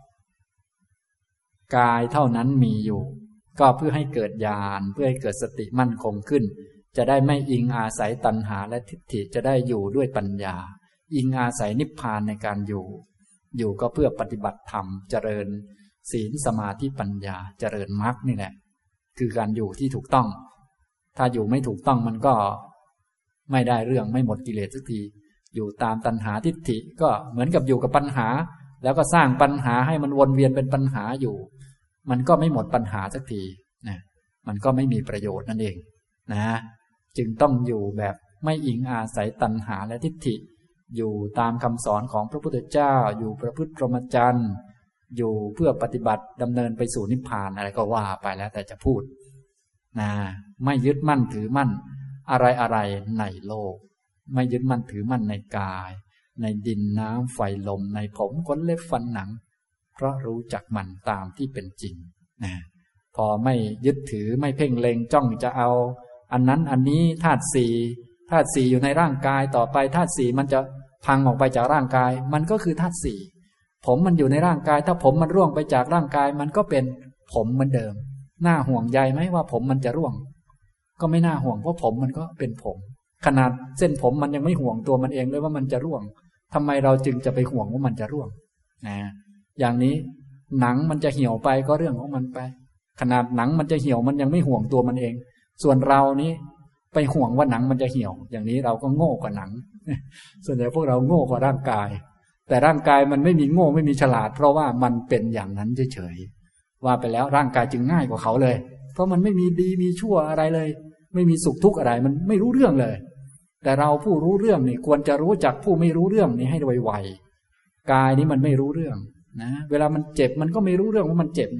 กายเท่านั้นมีอยู่ก็เพื่อให้เกิดญาณเพื่อให้เกิดสติมั่นคงขึ้นจะได้ไม่อิงอาศัยตัณหาและทิฏฐิจะได้อยู่ด้วยปัญญาอิงอาศัยนิพพานในการอยู่อยู่ก็เพื่อปฏิบัติธรรมเจริญศีลสมาธิปัญญาเจริญมรรคนี่แหละคือการอยู่ที่ถูกต้องถ้าอยู่ไม่ถูกต้องมันก็ไม่ได้เรื่องไม่หมดกิเลสสักทีอยู่ตามตัณหาทิฏฐิก็เหมือนกับอยู่กับปัญหาแล้วก็สร้างปัญหาให้มันวนเวียนเป็นปัญหาอยู่มันก็ไม่หมดปัญหาสักทีนะมันก็ไม่มีประโยชน์นั่นเองนะจึงต้องอยู่แบบไม่อิงอาศัยตัณหาและทิฏฐิอยู่ตามคำสอนของพระพุทธเจ้าอยู่ประพฤติพรหมจรรย์อยู่เพื่อปฏิบัติดำเนินไปสู่นิพพานอะไรก็ว่าไปแล้วแต่จะพูดนะไม่ยึดมั่นถือมั่นอะไรอะไรในโลกไม่ยึดมั่นถือมั่นในกายในดินน้ำไฟลมในผมขนเล็บฟันหนังเพราะรู้จักมันตามที่เป็นจริงนะพอไม่ยึดถือไม่เพ่งเล็งจ้องจะเอาอันนั้นอันนี้ธาตุสี่ธาตุสี่อยู่ในร่างกายต่อไปธาตุสี่มันจะพังออกไปจากร่างกายมันก็คือธาตุสี่ผมมันอยู่ในร่างกายถ้าผมมันร่วงไปจากร่างกายมันก็เป็นผมเหมือนเดิมน่าห่วงใยไหมว่าผมมันจะร่วงก็ไม่น่าห่วงเพราะผมมันก็เป็นผมขนาดเส้นผมมันยังไม่ห่วงตัวมันเองเลยว่ามันจะร่วงทำไมเราจึงจะไปห่วงว่ามันจะร่วงนะอย่างนี้หนังมันจะเหี่ยวไปก็เรื่องของมันไปขนาดหนังมันจะเหี่ยวมันยังไม่ห่วงตัวมันเองส่วนเรานี้ไปห่วงว่าหนังมันจะเหี่ยวอย่างนี้เราก็โง่กว่าหนังส่วนใหญ่พวกเราโง่กว่าร่างกายแต่ร่างกายมันไม่มีโง่ไม่มีฉลาดเพราะว่ามันเป็นอย่างนั้นเฉยๆว่าไปแล้วร่างกายจึงง่ายกว่าเขาเลยเพราะมันไม่มีดีมีชั่วอะไรเลยไม่มีสุขทุกข์อะไรมันไม่รู้เรื่องเลยแต่เราผู้รู้เรื่องนี่ควรจะรู้จักผู้ไม่รู้เรื่องนี่ให้ไวๆกายนี้มันไม่รู้เรื่องนะเวลามันเจ็บมันก็ไม่รู้เรื่องว่ามันเจ็บนะ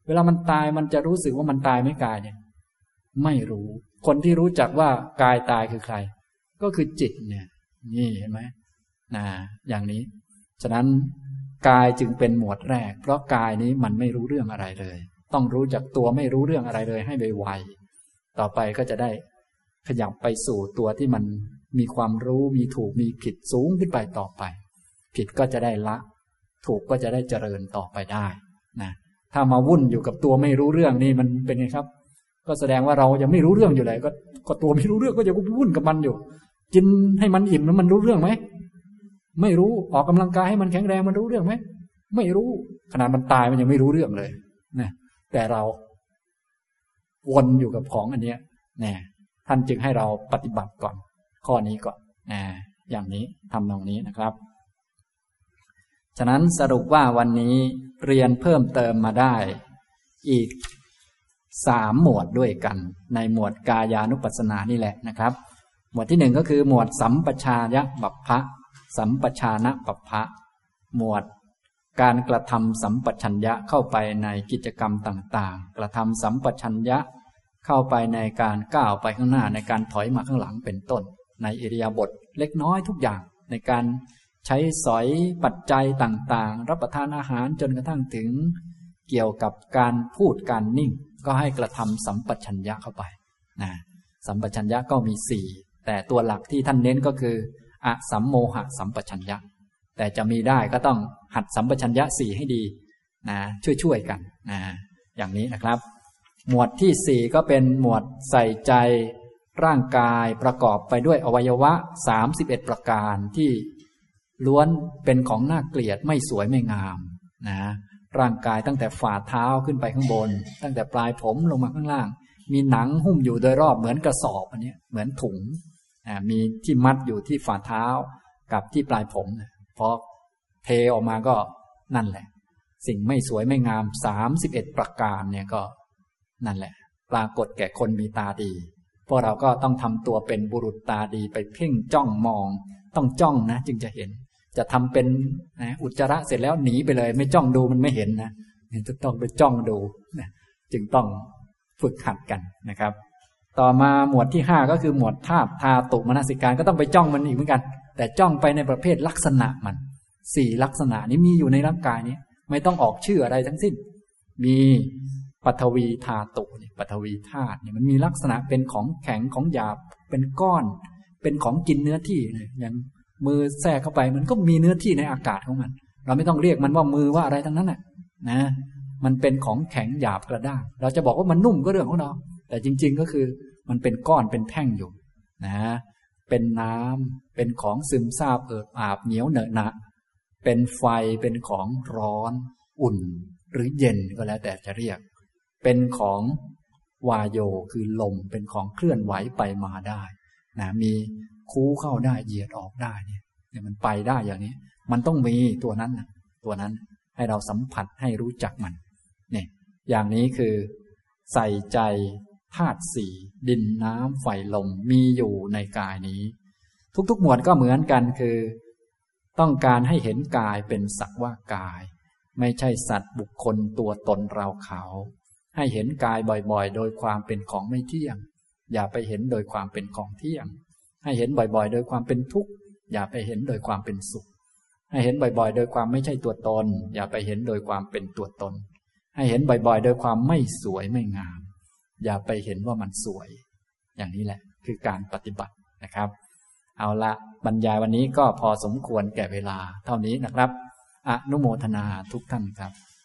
เวลามันตายมันจะรู้สึกว่ามันตายไม่กายเนี่ยไม่รู้คนที่รู้จักว่ากายตายคือใครก็คือจิตเนี่ยนี่เห็นไหมนะอย่างนี้ฉะนั้นกายจึงเป็นหมวดแรกเพราะกายนี้มันไม่รู้เรื่องอะไรเลยต้องรู้จักตัวไม่รู้เรื่องอะไรเลยให้ไวๆต่อไปก็จะได้ขยับไปสู่ตัวที่มันมีความรู้มีถูกมีผิดสูงขึ้นไปต่อไปผิดก็จะได้ละถูกก็จะได้เจริญต่อไปได้นะถ้ามาวุ่นอยู่กับตัวไม่รู้เรื่องนี่มันเป็นไงครับก็แสดงว่าเรายังไม่รู้เรื่องอยู่เลยก็ก็ตัวไม่รู้เรื่องก็จะวุ่นกับมันอยู่กินให้มันอิ่มแล้วมันรู้เรื่องไหมไม่รู้ออกกำลังกายให้มันแข็งแรงมันรู้เรื่องไหมไม่รู้ขนาดมันตายมันยังไม่รู้เรื่องเลยนะแต่เราวนอยู่กับของอันเนี้ยนะท่านจึงให้เราปฏิบัติก่อนข้อนี้ก่อนนะอย่างนี้ทำตรงนี้นะครับฉะนั้นสรุปว่าวันนี้เรียนเพิ่มเติมมาได้อีกสามหมวดด้วยกันในหมวดกายานุปัสสนานี่แหละนะครับหมวดที่หนึ่งก็คือหมวดสัมปชายบัพพะสัมปชานะบัพพะหมวดการกระทำสัมปชัญญะเข้าไปในกิจกรรมต่างๆกระทำสัมปชัญญะเข้าไปในการก้าวไปข้างหน้าในการถอยมาข้างหลังเป็นต้นในอิริยาบถเล็กน้อยทุกอย่างในการใช้สอยปัจจัยต่างๆรับประทานอาหารจนกระทั่งถึงเกี่ยวกับการพูดการนิ่งก็ให้กระทำสัมปชัญญะเข้าไปนะสัมปชัญญะก็มีสี่แต่ตัวหลักที่ท่านเน้นก็คืออสัมโมหะสัมปชัญญะแต่จะมีได้ก็ต้องหัดสัมปชัญญะสี่ให้ดีนะช่วยๆกันนะอย่างนี้นะครับหมวดที่สี่ก็เป็นหมวดใส่ใจร่างกายประกอบไปด้วยอวัยวะสามสิบเอ็ดประการที่ล้วนเป็นของน่าเกลียดไม่สวยไม่งามนะร่างกายตั้งแต่ฝ่าเท้าขึ้นไปข้างบนตั้งแต่ปลายผมลงมาข้างล่างมีหนังหุ้มอยู่โดยรอบเหมือนกระสอบอันนี้เหมือนถุงมีที่มัดอยู่ที่ฝ่าเท้ากับที่ปลายผมพอเทออกมาก็นั่นแหละสิ่งไม่สวยไม่งามสามสิบเอ็ดประการเนี่ยก็นั่นแหละปรากฏแก่คนมีตาดีพวกเราก็ต้องทำตัวเป็นบุรุษตาดีไปเพ่งจ้องมองต้องจ้องนะจึงจะเห็นจะทำเป็นนะอุจจาระเสร็จแล้วหนีไปเลยไม่จ้องดูมันไม่เห็นนะจะต้องไปจ้องดูนะจึงต้องฝึกหัดกันนะครับต่อมาหมวดที่ห้าก็คือหมวดธาตุธาตุมนสิการก็ต้องไปจ้องมันอีกเหมือนกันแต่จ้องไปในประเภทลักษณะมันสี่ลักษณะนี้มีอยู่ในร่างกายนี้ไม่ต้องออกชื่ออะไรทั้งสิ้นมีปฐวีธาตุนี่ปฐวีธาตุนี่มันมีลักษณะเป็นของแข็งของหยาบเป็นก้อนเป็นของกินเนื้อที่เลยอย่างมือแทรกเข้าไปมันก็มีเนื้อที่ในอากาศของมันเราไม่ต้องเรียกมันว่ามือว่าอะไรทั้งนั้นแหละนะมันเป็นของแข็งหยาบกระด้างเราจะบอกว่ามันนุ่มก็เรื่องของเราแต่จริงๆก็คือมันเป็นก้อนเป็นแท่งอยู่นะเป็นน้ำเป็นของซึมซาบเอิบอาบเหนียวเหนอะหนะเป็นไฟเป็นของร้อนอุ่นหรือเย็นก็แล้วแต่จะเรียกเป็นของวายโยคือลมเป็นของเคลื่อนไหวไปมาได้นะมีคู้เข้าได้เหยียดออกได้เนี่ยมันไปได้อย่างนี้มันต้องมีตัวนั้นนะตัวนั้นให้เราสัมผัสให้รู้จักมันเนี่ยอย่างนี้คือใส่ใจธาตุสี่ดินน้ำไฟลมมีอยู่ในกายนี้ทุกๆหมวดก็เหมือนกันคือต้องการให้เห็นกายเป็นสักว่ากายไม่ใช่สัตว์บุคคลตัวตนเราเขาให้เห็นกายบ่อยๆโดยความเป็นของไม่เที่ยงอย่าไปเห็นโดยความเป็นของเที่ยงให้เห็นบ่อยๆโดยความเป็นทุกข์อย่าไปเห็นโดยความเป็นสุขให้เห็นบ่อยๆโดยความไม่ใช่ตัวตนอย่าไปเห็นโดยความเป็นตัวตนให้เห็นบ่อยๆโดยความไม่สวยไม่งามอย่าไปเห็นว่ามันสวยอย่างนี้แหละคือการปฏิบัตินะครับเอาละบรรยายวันนี้ก็พอสมควรแก่เวลาเท่านี้นะครับอนุโมทนาทุกท่านครับ